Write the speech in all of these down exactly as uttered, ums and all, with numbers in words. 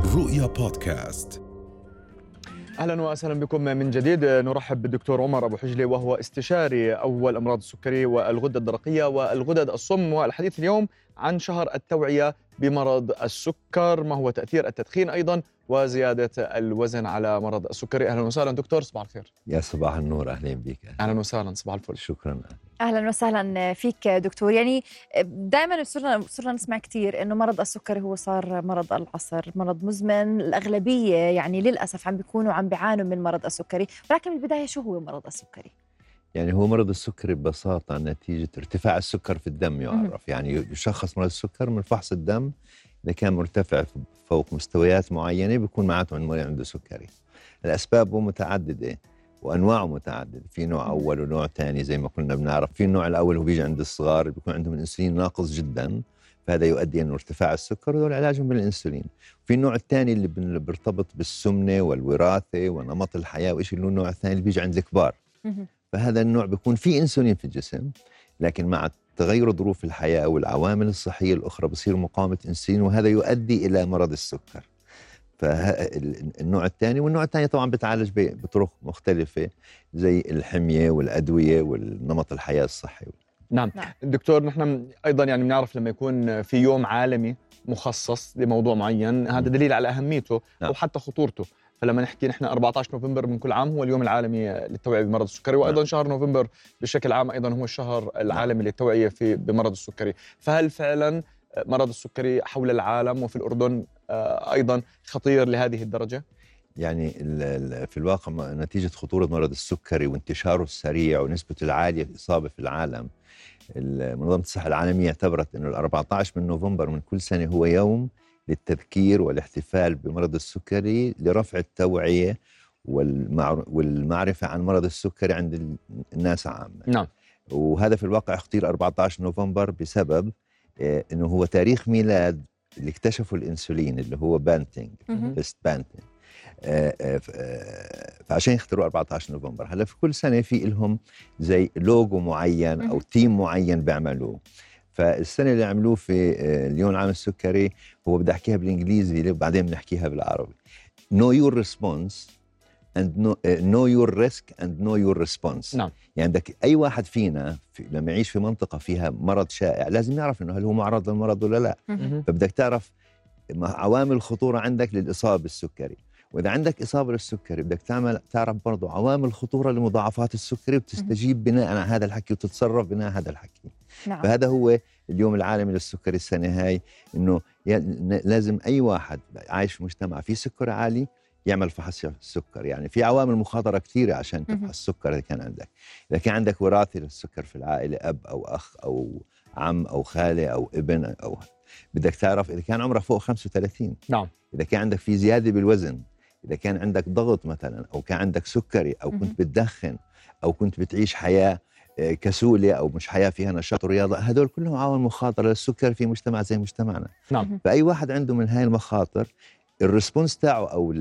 رؤيا بودكاست. أهلا وسهلا بكم من جديد. نرحب بالدكتور عمر أبو حجلي وهو استشاري أول أمراض السكري والغدة الدرقية والغدد الصم، والحديث اليوم عن شهر التوعية بمرض السكر، ما هو تأثير التدخين أيضا وزيادة الوزن على مرض السكري. أهلا وسهلا دكتور، صباح الخير. يا صباح النور، أهلا بك. أهلا وسهلا، صباح الفل. شكرا. أهلا وسهلا فيك دكتور. يعني دائما صرنا صرنا نسمع كثير إنه مرض السكري هو صار مرض العصر، مرض مزمن. الأغلبية يعني للأسف عم بيكونوا عم بيعانوا من مرض السكري، ولكن بالبداية شو هو مرض السكري؟ يعني هو مرض السكري ببساطة نتيجة ارتفاع السكر في الدم يعرف. يعني يشخص مرض السكر من فحص الدم، إذا كان مرتفع فوق مستويات معينة بيكون معناته المريض عنده سكري. الأسباب متعددة وأنواعه متعددة، في نوع أول ونوع ثاني زي ما كنا بنعرف. في النوع الأول هو بيجي عند الصغار بيكون عندهم الأنسولين ناقص جدا، فهذا يؤدي إنه ارتفاع السكر وهذول علاجهم بالأنسولين. في النوع الثاني اللي بيرتبط بالسمنة والوراثة ونمط الحياة، وإيش اللي النوع الثاني اللي بيجي عند الكبار. فهذا النوع بيكون فيه أنسولين في الجسم، لكن مع تغير ظروف الحياة والعوامل الصحية الأخرى بصير مقاومة أنسولين، وهذا يؤدي إلى مرض السكر. فالنوع الثاني والنوع الثاني طبعا بتعالج بطرق مختلفة زي الحمية والأدوية والنمط الحياة الصحي. نعم. نعم دكتور، نحن أيضا يعني بنعرف لما يكون في يوم عالمي مخصص لموضوع معين، هذا دليل على أهميته. نعم. أو حتى خطورته. فلما نحكي نحن أربعة عشر نوفمبر من كل عام هو اليوم العالمي للتوعية بمرض السكري، وأيضا نعم. شهر نوفمبر بشكل عام أيضا هو الشهر العالمي نعم. للتوعية في بمرض السكري. فهل فعلا مرض السكري حول العالم وفي الأردن أيضا خطير لهذه الدرجة؟ يعني في الواقع نتيجة خطورة مرض السكري وانتشاره السريع ونسبة العالية الإصابة في العالم، منظمة الصحة العالمية اعتبرت أنه الأربعة عشر من نوفمبر من كل سنة هو يوم للتذكير والاحتفال بمرض السكري لرفع التوعية والمعرفة عن مرض السكري عند الناس عامة. نعم. وهذا في الواقع اختير أربعة عشر نوفمبر بسبب أنه هو تاريخ ميلاد اللي اكتشفوا الانسولين اللي هو بانتينج بيست بانتينج. فعشان يختاروا أربعة عشر نوفمبر. هلا في كل سنه في لهم زي لوجو معين او تيم معين بيعملوه. فالسنه اللي عملوه في اليوم العالمي السكري هو بدي احكيها بالانجليزي وبعدين بنحكيها بالعربي. know your response and know, uh, know your risk and know your response. نعم. يعني عندك اي واحد فينا في لما يعيش في منطقه فيها مرض شائع لازم يعرف انه هل هو معرض للمرض ولا لا. فبدك تعرف عوامل الخطوره عندك للاصابه بالسكري، واذا عندك اصابه بالسكري بدك تعمل تعرف برضه عوامل الخطوره لمضاعفات السكري وتستجيب بناء على هذا الحكي وتتصرف بناء على هذا الحكي. نعم. فهذا هو اليوم العالمي للسكري السنه هاي، انه لازم اي واحد عايش في مجتمع فيه سكر عالي يعمل فحص السكر. يعني في عوامل مخاطره كثيره عشان تفحص السكر. اذا كان عندك اذا كان عندك وراثه للسكر في العائله، اب او اخ او عم او خاله او ابن، او بدك تعرف اذا كان عمرك فوق خمسة وثلاثين. نعم. اذا كان عندك في زياده بالوزن، اذا كان عندك ضغط مثلا، او كان عندك سكري، او كنت بتدخن، او كنت بتعيش حياه كسوله او مش حياه فيها نشاط ورياضه، هذول كلهم عوامل مخاطره للسكر في مجتمع زي مجتمعنا. نعم. فاي واحد عنده من هاي المخاطر الريسبونس تاعه او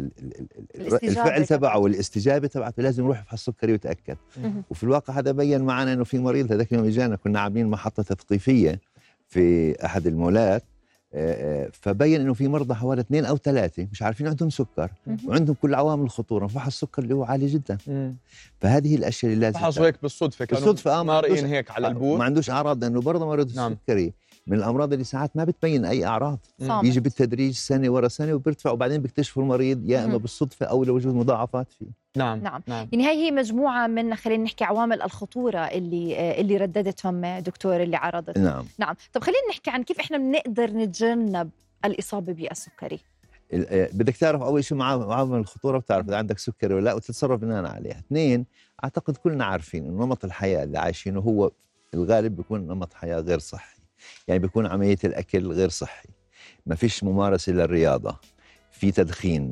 الفعل تبعه والاستجابه تبعته لازم يروح يفحص السكري ويتاكد. وفي الواقع هذا بين معنا انه في مريض هذاك اليوم اجانا كنا عاملين محطه تثقيفيه في احد المولات، فبين انه في مرضى حوالي اثنين او ثلاثه مش عارفين عندهم سكر وعندهم كل عوامل الخطوره، فحص السكر اللي هو عالي جدا. مم. فهذه الاشياء اللي لازم فحصوا هيك بالصدفه كانوا بالصدفه مارقين هيك على البوت، ما عندوش اعراض، لانه برضه مرض نعم. السكري من الامراض اللي ساعات ما بتبين اي اعراض، صامت. بيجي بالتدريج سنه ورا سنه وبيرتفع، وبعدين بيكتشفوا المريض يا اما بالصدفه او لوجود مضاعفات فيه. نعم. نعم. نعم. يعني هي هي مجموعه من خلينا نحكي عوامل الخطوره اللي اللي رددتهم دكتور اللي عرضت. نعم. نعم. طب خلينا نحكي عن كيف احنا بنقدر نتجنب الإصابة بالسكري. بدك تعرف أول شيء عوامل الخطورة، بتعرف إذا عندك سكري ولا لا وتتصرف بناء عليها. اثنين، أعتقد كلنا عارفين إنه نمط الحياة اللي عايشينه هو الغالب بيكون نمط حياة غير صحي. يعني بيكون عملية الأكل غير صحي، ما فيش ممارسة للرياضة، في تدخين،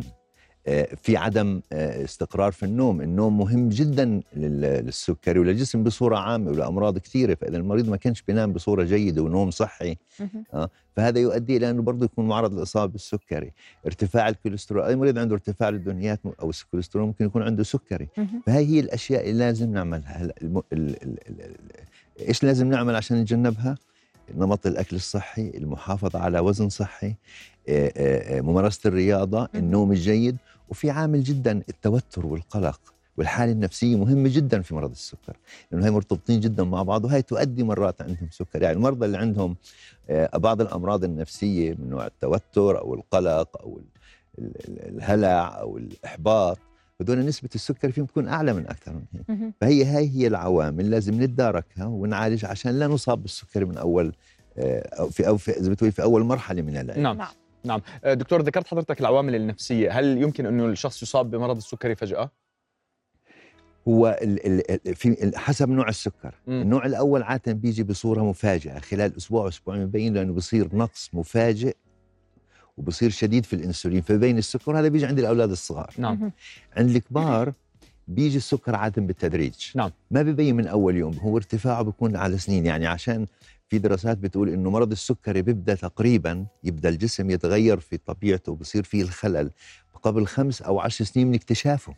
في عدم استقرار في النوم. النوم مهم جدا للسكري وللجسم بصورة عامة ولأمراض كثيرة. فإذا المريض ما كانش بينام بصورة جيدة ونوم صحي آه فهذا يؤدي إلى أنه برضه يكون معرض للإصابة بالسكري. ارتفاع الكوليسترول، أي مريض عنده ارتفاع للدهنيات أو الكوليسترول ممكن يكون عنده سكري. فهي هي الأشياء اللي لازم نعملها. إيش لازم نعمل عشان نتجنبها؟ نمط الأكل الصحي، المحافظة على وزن صحي، ممارسة الرياضة، النوم الجيد. وفي عامل جدا التوتر والقلق والحالة النفسية مهمة جدا في مرض السكر، لأنه هي مرتبطين جدا مع بعض، وهي تؤدي مرات عندهم سكر. يعني المرضى اللي عندهم بعض الأمراض النفسية من نوع التوتر أو القلق أو الهلع أو الإحباط، هذول نسبة السكر فيهم تكون أعلى من أكثر من هيك. فهي هاي هي العوامل لازم نتداركها ونعالج عشان لا نصاب بالسكري من أول أو في أو في إذا بتقولي في أول مرحلة من العلاج. نعم نعم. دكتور، ذكرت حضرتك العوامل النفسية، هل يمكن أنه الشخص يصاب بمرض السكري فجأة؟ هو ال ال في حسب نوع السكر. م. النوع الأول عادة بيجي بصورة مفاجئة خلال أسبوع أسبوعين، مبين لأنه بصير نقص مفاجئ وبصير شديد في الانسولين فبين السكر. هذا بيجي عند الاولاد الصغار. نعم. عند الكبار بيجي السكر عاده بالتدريج. نعم. ما بيبين من اول يوم، هو ارتفاعه بيكون على سنين. يعني عشان في دراسات بتقول انه مرض السكري بيبدا تقريبا يبدا الجسم يتغير في طبيعته وبصير فيه الخلل قبل خمس او عشر سنين من اكتشافه.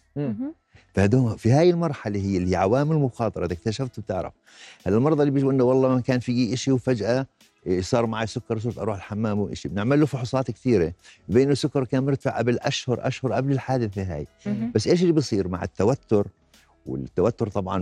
فهدوه في هاي المرحله هي اللي عوامل مخاطره اذا اكتشفت بتعرف. هلا المرضى اللي بيجوا انه والله ما كان في شيء وفجاه صار معي سكر وصرت اروح الحمام وشيء، بنعمل له فحوصات كثيره بين السكر كان مرتفع قبل اشهر اشهر قبل الحادثه هاي. بس ايش اللي بيصير مع التوتر؟ والتوتر طبعا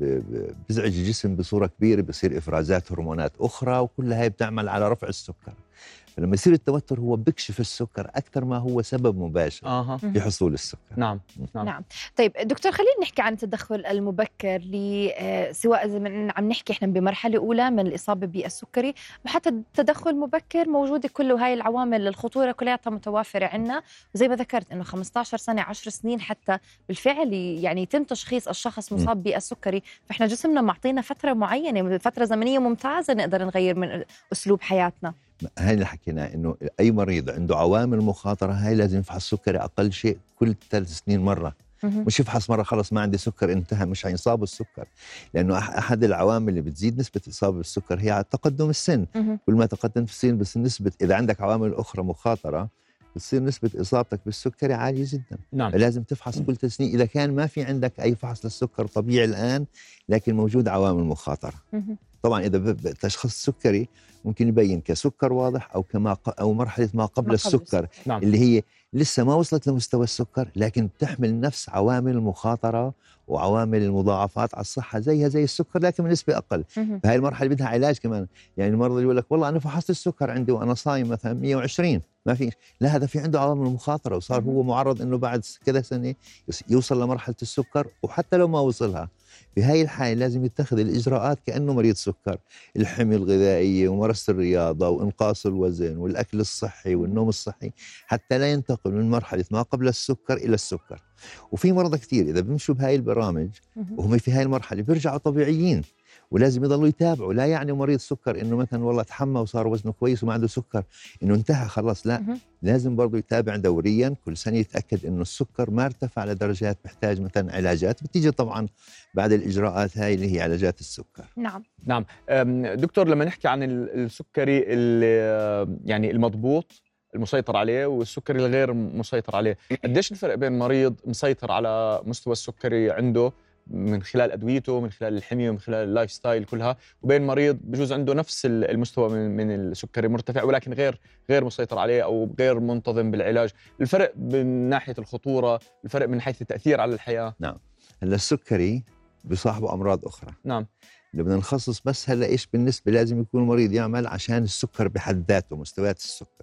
بيزعج الجسم بصوره كبيره، بصير افرازات هرمونات اخرى وكلها هي بتعمل على رفع السكر. فلما يصير التوتر هو بيكشف السكر اكثر ما هو سبب مباشر آه. في حصول السكر. نعم. نعم نعم. طيب دكتور، خلينا نحكي عن التدخل المبكر ل سواء اذا من عم نحكي احنا بمرحله اولى من الاصابه بالسكري، وحتى التدخل مبكر موجوده كله هاي العوامل الخطوره كلها متوافره عندنا، وزي ما ذكرت انه خمسة عشر سنه عشر سنين حتى بالفعل يعني يتم تشخيص الشخص مصاب بالسكري. فاحنا جسمنا معطينا فتره معينه، فتره زمنيه ممتازه نقدر نغير من اسلوب حياتنا. هاي اللي حكيناه انه اي مريض عنده عوامل مخاطره هاي لازم يفحص سكري اقل شيء كل ثلاث سنين مره. مش يفحص مره خلص ما عندي سكر انتهى، مش هيصاب بالسكر. لانه احد العوامل اللي بتزيد نسبه الاصابه بالسكر هي تقدم السن. كل ما تقدم في السن بس نسبه اذا عندك عوامل اخرى مخاطره بتصير نسبه اصابتك بالسكري عاليه جدا. نعم. لازم تفحص كل ثلاث سنين اذا كان ما في عندك اي فحص للسكر طبيعي الان لكن موجود عوامل مخاطره. طبعا اذا تشخيص سكري ممكن يبين كسكر واضح او كما او مرحله ما قبل, ما قبل السكر. نعم. اللي هي لسه ما وصلت لمستوى السكر لكن بتحمل نفس عوامل المخاطره وعوامل المضاعفات على الصحه زيها زي السكر لكن بنسبه اقل. فهي المرحله بدها علاج كمان. يعني المرضى اللي يقول لك والله انا فحصت السكر عندي وانا صايم مثلا مية وعشرين ما في، لا هذا في عنده عوامل مخاطره وصار هو معرض انه بعد كذا سنه يوصل لمرحله السكر، وحتى لو ما وصلها في هاي الحالة لازم يتخذ الإجراءات كأنه مريض سكر، الحمية الغذائية وممارسة الرياضة وإنقاص الوزن والأكل الصحي والنوم الصحي حتى لا ينتقل من مرحلة ما قبل السكر إلى السكر. وفي مرضى كثير إذا بيمشوا بهاي البرامج وهم في هاي المرحلة بيرجعوا طبيعيين، ولازم يضلوا يتابعوا. لا يعني مريض سكر انه مثلا والله تحمى وصار وزنه كويس وما عنده سكر انه انتهى خلاص، لا مه. لازم برضه يتابع دوريا كل سنه يتاكد انه السكر ما ارتفع لدرجات بيحتاج مثلا علاجات بتيجي طبعا بعد الاجراءات هاي اللي هي علاجات السكر. نعم نعم. دكتور، لما نحكي عن السكري اللي يعني المضبوط المسيطر عليه والسكري الغير مسيطر عليه، قديش الفرق بين مريض مسيطر على مستوى السكري عنده من خلال ادويته من خلال الحميه ومن خلال اللايف ستايل كلها، وبين مريض بجوز عنده نفس المستوى من, من السكري مرتفع ولكن غير غير مسيطر عليه او غير منتظم بالعلاج؟ الفرق من ناحيه الخطوره، الفرق من حيث التاثير على الحياه. نعم. هلا السكري بصاحبه امراض اخرى. نعم. اللي بدنا نخصص بس هلا ايش بالنسبه لازم يكون المريض يعمل عشان السكر بحد ذاته مستويات السكر.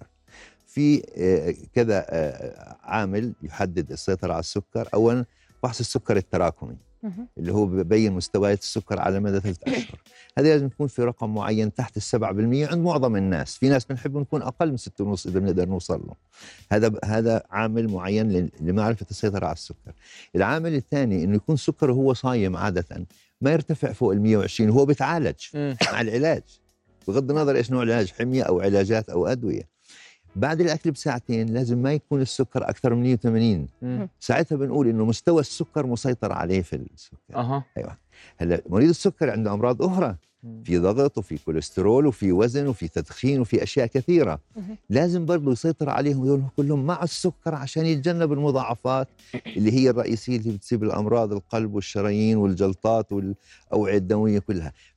في كذا عامل يحدد السيطره على السكر. اولا فحص السكر التراكمي اللي هو ببين مستويات السكر على مدى ثلاثة أشهر. هذا لازم يكون في رقم معين تحت السبعة بالمية عند معظم الناس. في ناس بنحب نكون أقل من ستة ونص إذا بنقدر نوصل له. هذا هذا عامل معين لمعرفة السيطرة على السكر. العامل الثاني إنه يكون سكره هو صايم عادة ما يرتفع فوق ال مية وعشرين وهو بيتعالج مع العلاج بغض النظر إيش نوع العلاج، حمية أو علاجات أو أدوية. بعد الأكل بساعتين لازم ما يكون السكر أكثر من مية وثمانين. ساعتها بنقول إنه مستوى السكر مسيطر عليه في السكر. أه. أيوة. هلا مريض السكر عنده أمراض أخرى، في ضغط وفي كوليسترول وفي وزن وفي تدخين وفي أشياء كثيرة. لازم برضه يسيطر عليهم دول كلهم مع السكر عشان يتجنب المضاعفات اللي هي الرئيسية اللي بتصيب الأمراض القلب والشرايين والجلطات والأوعية الدموية كلها.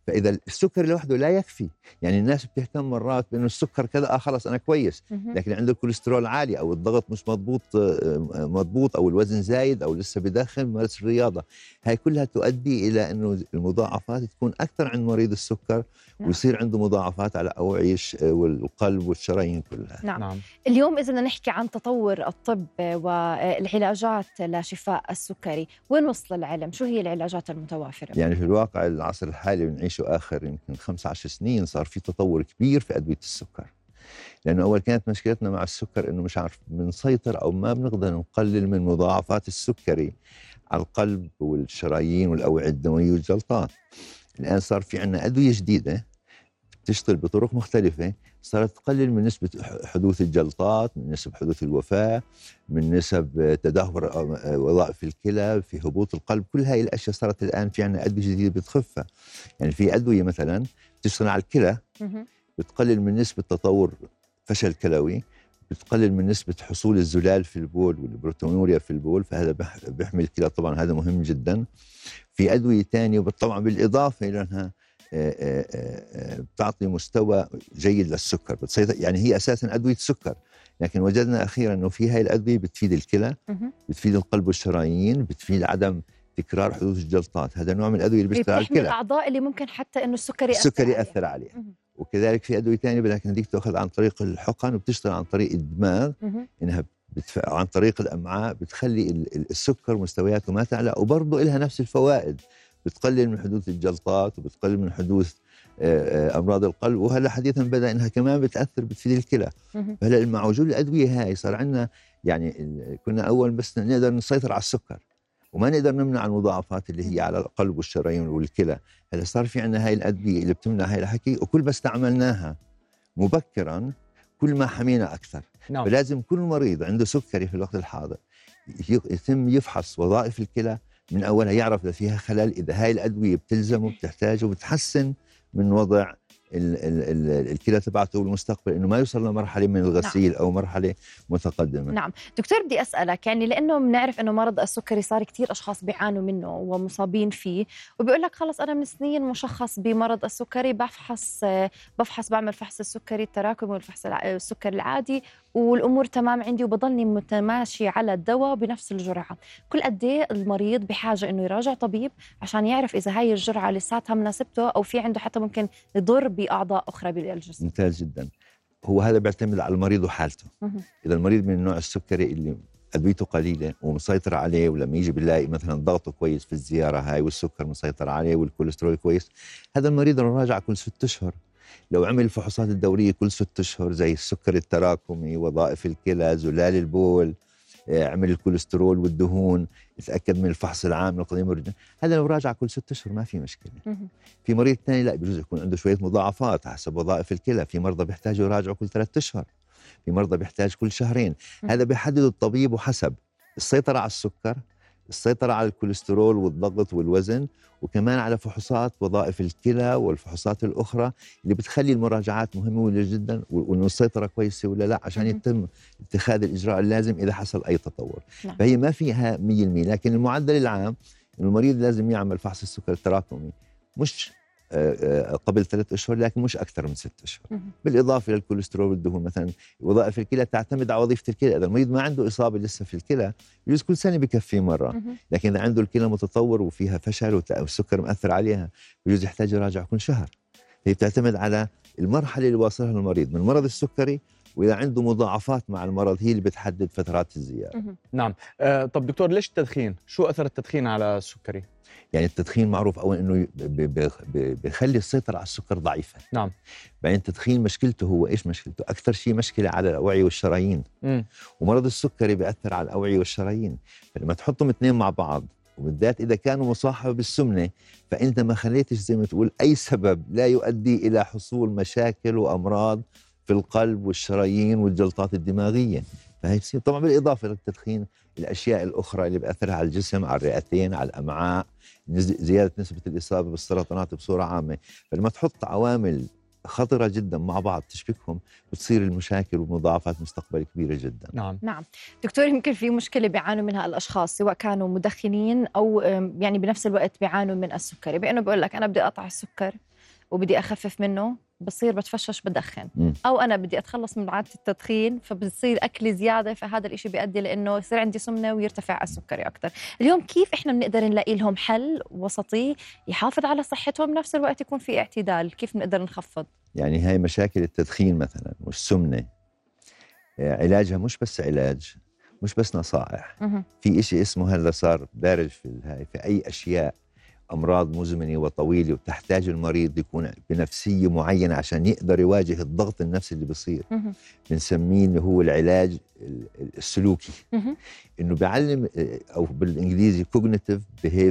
فاذا السكر لوحده لا يكفي، يعني الناس بتهتم مرات بانه السكر كذا اه خلص انا كويس، لكن عنده الكوليسترول عالي او الضغط مش مضبوط مضبوط او الوزن زايد او لسه بدخن مارس الرياضه، هاي كلها تؤدي الى انه المضاعفات تكون اكثر عند مريض السكر، ويصير عنده مضاعفات على اوعيه والقلب والشرايين كلها. نعم. نعم. اليوم اذا بدنا نحكي عن تطور الطب والعلاجات لشفاء السكري، وين وصل العلم؟ شو هي العلاجات المتوافره؟ يعني في الواقع العصر الحالي بنعيشه اخر يمكن خمسة عشر سنين صار في تطور كبير في ادويه السكر. لانه اول كانت مشكلتنا مع السكر انه مش عارف بنسيطر او ما بنقدر نقلل من مضاعفات السكري على القلب والشرايين والاوعيه الدمويه والجلطات. الان صار في عندنا ادويه جديده بتشتغل بطرق مختلفه، صارت تقلل من نسبه حدوث الجلطات، من نسب حدوث الوفاه، من نسب تدهور وظائف الكلى، في هبوط القلب، كل هاي الاشياء صارت الان في عندنا ادويه جديده بتخفها. يعني في ادويه مثلا بتشتغل على الكلى بتقلل من نسبه تطور فشل كلوي، بتقلل من نسبة حصول الزلال في البول والبروتونوريا في البول، فهذا بيحمي الكلى طبعا، هذا مهم جدا. في أدوية تانية طبعا بالإضافة إلى أنها بتعطي مستوى جيد للسكر، بتسيطر، يعني هي أساسا أدوية سكر، لكن وجدنا أخيرا أنه في هاي الأدوية بتفيد الكلى، بتفيد القلب والشرايين، بتفيد عدم تكرار حدوث الجلطات. هذا نوع من الأدوية اللي بيشتغل على الكلى، الأعضاء اللي ممكن حتى أنه السكر يأثر السكر يأثر عليها, عليها. وكذلك في أدوية تانية لكن هذيك تأخذ عن طريق الحقن وبتشتغل عن طريق الدماغ، إنها بتف... عن طريق الأمعاء بتخلي السكر مستوياته ما تعلى، وبرضه إلها نفس الفوائد، بتقلل من حدوث الجلطات وبتقلل من حدوث أمراض القلب، وهلا حديثا بدأ إنها كمان بتأثر بتفيد الكلى. فهلا مع وجود الأدوية هاي صار عندنا يعني كنا أول بس نقدر نسيطر على السكر وما نقدر نمنع المضاعفات اللي هي على القلب والشرايين والكلى. هلا صار في عندنا هاي الأدوية اللي بتمنع هاي الحكي، وكل ما استعملناها مبكرا كل ما حمينا أكثر. نعم. فلازم كل مريض عنده سكري في الوقت الحاضر يتم يفحص وظائف الكلى من أولها، يعرف إذا فيها خلل، إذا هاي الأدوية بتلزمه بتحتاجه وبتحسن من وضع الكلى تبعته بالمستقبل، انه ما يوصل لمرحله من الغسيل. نعم. او مرحله متقدمه. نعم دكتور، بدي اسالك يعني لانه بنعرف انه مرض السكري صار كثير اشخاص بيعانوا منه ومصابين فيه، وبيقول لك خلص انا من سنين مشخص بمرض السكري، بفحص بفحص بعمل فحص السكري التراكمي والفحص السكري العادي والامور تمام عندي، وبضلني متماشي على الدواء بنفس الجرعه. كل قد ايه المريض بحاجه انه يراجع طبيب عشان يعرف اذا هاي الجرعه لساتها مناسبته او في عنده حتى ممكن يضر بأعضاء أخرى بالجسم؟ ممتاز جدا. هو هذا بيعتمد على المريض وحالته. إذا المريض من النوع السكري اللي أدويته قليلة ومسيطر عليه، ولما يجي بيلاقي مثلا ضغطه كويس في الزيارة هاي والسكر مسيطر عليه والكوليسترول كويس، هذا المريض نراجع كل ست أشهر. لو عمل الفحوصات الدورية كل ست أشهر زي السكر التراكمي، وظائف الكلى، زلال البول، عمل الكوليسترول والدهون، يتأكد من الفحص العام للقضية والرجال، هذا لو راجع كل ست أشهر ما في مشكلة. في مريض ثاني لا، بيجوز يكون عنده شوية مضاعفات حسب وظائف الكلى، في مرضى بيحتاجوا يراجعوا كل ثلاثة أشهر، في مرضى بيحتاج كل شهرين. هذا بيحدد الطبيب وحسب السيطرة على السكر، السيطرة على الكوليسترول والضغط والوزن، وكمان على فحوصات وظائف الكلى والفحوصات الأخرى اللي بتخلي المراجعات مهمة جدا، وإنه السيطرة كويسة ولا لا عشان يتم اتخاذ الإجراء اللازم إذا حصل أي تطور. نعم. فهي ما فيها مية بالمية، لكن المعدل العام إنه المريض لازم يعمل فحص السكر التراكمي مش قبل ثلاث أشهر، لكن مش أكثر من ست أشهر. بالإضافة للكوليسترول والدهون، مثلا وظائف الكلى تعتمد على وظيفة الكلى. إذا المريض ما عنده إصابة لسه في الكلى يجوز كل سنة بكفي مرة، لكن إذا عنده الكلى متطور وفيها فشل والسكر مأثر عليها يجوز يحتاج يراجع كل شهر. هي بتعتمد على المرحلة اللي واصلها المريض من مرض السكري، وإذا عنده مضاعفات مع المرض هي اللي بتحدد فترات الزيارة. نعم. آه طب دكتور، ليش التدخين؟ شو أثر التدخين على السكري؟ يعني التدخين معروف أولا أنه بيخلي السيطرة على السكر ضعيفة. نعم. بعدين التدخين مشكلته هو إيش مشكلته؟ أكثر شيء مشكلة على الأوعية والشرايين. م. ومرض السكري بيأثر على الأوعية والشرايين، فلما تحطهم اثنين مع بعض وبالذات إذا كانوا مصاحبة بالسمنة، فأنت ما خليتش زي ما تقول أي سبب لا يؤدي إلى حصول مشاكل وأمراض في القلب والشرايين والجلطات الدماغية. فهي طبعا بالإضافة للتدخين الأشياء الأخرى اللي بأثرها على الجسم، على الرئتين، على الأمعاء، زيادة نسبة الإصابة بالسرطانات بصورة عامة. فلما تحط عوامل خطرة جدا مع بعض تشبكهم بتصير المشاكل والمضاعفات مستقبل كبيرة جدا. نعم نعم دكتور، يمكن في مشكلة بيعانوا منها الأشخاص سواء كانوا مدخنين أو يعني بنفس الوقت بيعانوا من السكري، بأنه بقول لك أنا بدي أقطع السكر وبدي أخفف منه بصير بتفشش بدخن، مم. أو أنا بدي أتخلص من عادة التدخين فبصير أكلي زيادة، فهذا الإشي بيؤدي لأنه يصير عندي سمنة ويرتفع السكري أكتر. اليوم كيف إحنا بنقدر نلاقي لهم حل وسطي يحافظ على صحتهم بنفس الوقت يكون في اعتدال؟ كيف نقدر نخفض؟ يعني هاي مشاكل التدخين مثلا والسمنة علاجها مش بس علاج، مش بس نصائح. مه. في إشي اسمه هلا صار دارج في الهاي في أي أشياء، أمراض مزمنة وطويلة وتحتاج المريض يكون بنفسية معينة عشان يقدر يواجه الضغط النفسي اللي بيصير. مه. بنسميه اللي هو العلاج السلوكي، مه. إنه بيعلم، أو بالإنجليزي cognitive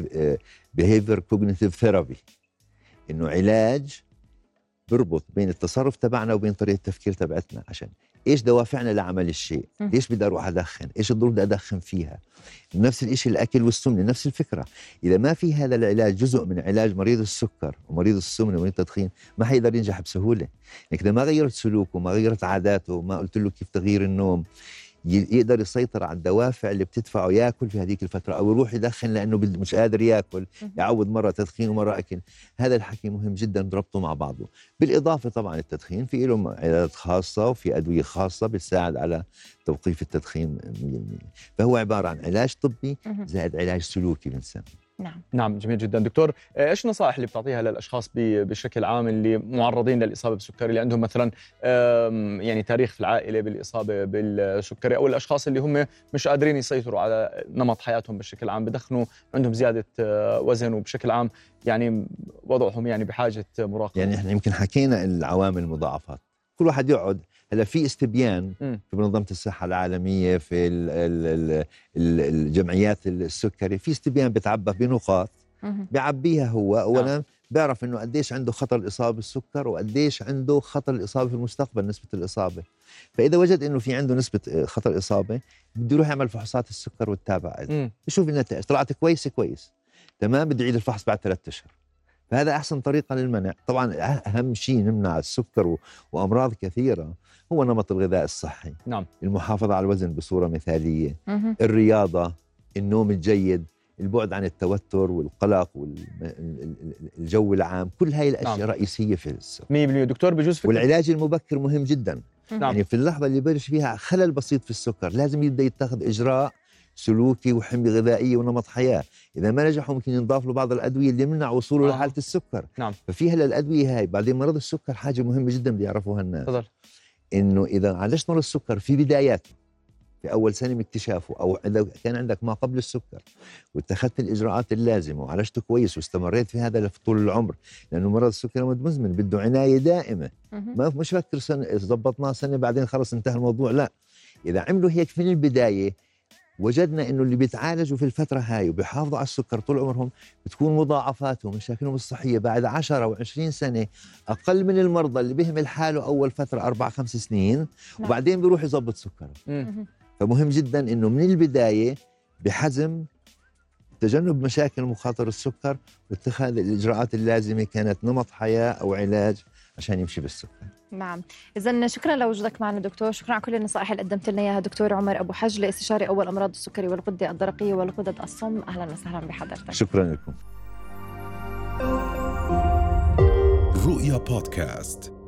behavior cognitive therapy، إنه علاج بربط بين التصرف تبعنا وبين طريقة التفكير تبعتنا. عشان إيش دوافعنا لعمل الشيء، ليش بدي أروح أدخن، إيش الظروف بدي أدخن فيها. نفس الإشي الأكل والسمنة، نفس الفكرة. إذا ما في هذا العلاج جزء من علاج مريض السكر ومريض السمنة ومريض التدخين، ما حيقدر ينجح بسهولة. يعني إذا ما غيرت سلوكه، ما غيرت عاداته، ما قلت له كيف تغيير النوم، يقدر يسيطر على الدوافع اللي بتدفعه ياكل في هذيك الفتره، او يروح يدخن لانه مش قادر ياكل، يعود مره تدخين ومره اكل. هذا الحكي مهم جدا نربطه مع بعضه. بالاضافه طبعا التدخين في له علاجات خاصه وفي ادويه خاصه بتساعد على توقيف التدخين مية بالمية. فهو عباره عن علاج طبي زائد علاج سلوكي بنسميه. نعم نعم جميل جدا. دكتور، ايش النصائح اللي بتعطيها للاشخاص بشكل عام اللي معرضين للاصابه بالسكري، اللي عندهم مثلا يعني تاريخ في العائله بالاصابه بالسكري، او الاشخاص اللي هم مش قادرين يسيطروا على نمط حياتهم بشكل عام، بدخنوا عندهم زياده وزن وبشكل عام يعني وضعهم يعني بحاجه مراقبه؟ يعني احنا يمكن حكينا العوامل المضاعفات، كل واحد يقعد. هلا في استبيان م. في منظمه الصحه العالميه، في ال ال ال الجمعيات السكري، في استبيان بتعبى بنقاط بيعبيها هو اولا. آه. بيعرف انه قديش عنده خطر الاصابه بالسكر وقديش عنده خطر الاصابه في المستقبل، نسبه الاصابه. فاذا وجد انه في عنده نسبه خطر اصابه، بده يروح يعمل فحوصات السكر ويتابع، يشوف النتائج، طلعت كويس كويس تمام، بده يعيد الفحص بعد ثلاثة اشهر. فهذا أحسن طريقة للمنع. طبعا أهم شيء نمنع السكر وأمراض كثيرة هو نمط الغذاء الصحي. نعم. المحافظة على الوزن بصورة مثالية، مه. الرياضة، النوم الجيد، البعد عن التوتر والقلق والجو العام، كل هاي الأشياء نعم. رئيسية في السكر مية بالمية. دكتور بجوز فكرة. والعلاج المبكر مهم جدا. نعم. يعني في اللحظة اللي بلش فيها خلل بسيط في السكر لازم يبدأ يتخذ إجراء سلوكي وحمية غذائية ونمط حياة. إذا ما نجحوا ممكن ينضاف له بعض الأدوية اللي يمنع وصوله آه. لحالة السكر. نعم. ففي هلا الأدوية هاي. بعدين مرض السكر حاجة مهمة جدا بدي يعرفوها الناس. تفضل. إنه إذا عالجت مرض السكر في بداياته، في أول سنة من اكتشافه، أو إذا كان عندك ما قبل السكر واتخذت الإجراءات اللازمة وعالجته كويس واستمريت في هذا لطول العمر، لأنه مرض السكر مرض مزمن بده عناية دائمة. ما مش فكر سنة ضبطناه سنة بعدين خلص انتهى الموضوع، لا. إذا عملوا هيك في البداية وجدنا إنه اللي بيتعالجوا في الفترة هاي وبيحافظوا على السكر طول عمرهم بتكون مضاعفاتهم ومشاكلهم الصحية بعد عشرة وعشرين سنة أقل من المرضى اللي بيهمل حاله أول فترة أربع خمس سنين وبعدين بيروح يضبط سكره. فمهم جدا إنه من البداية بحزم تجنب مشاكل مخاطر السكر واتخاذ الإجراءات اللازمة، كانت نمط حياة أو علاج عشان يمشي بالسكر. نعم. إذن شكرا لوجودك معنا دكتور، شكرا على كل النصائح اللي قدمت لنا إياها دكتور عمر أبو حج، لاستشاري أول أمراض السكري والغدة الدرقية والغدد الصم. أهلا وسهلا بحضرتك. شكرا لكم. رؤيا بودكاست.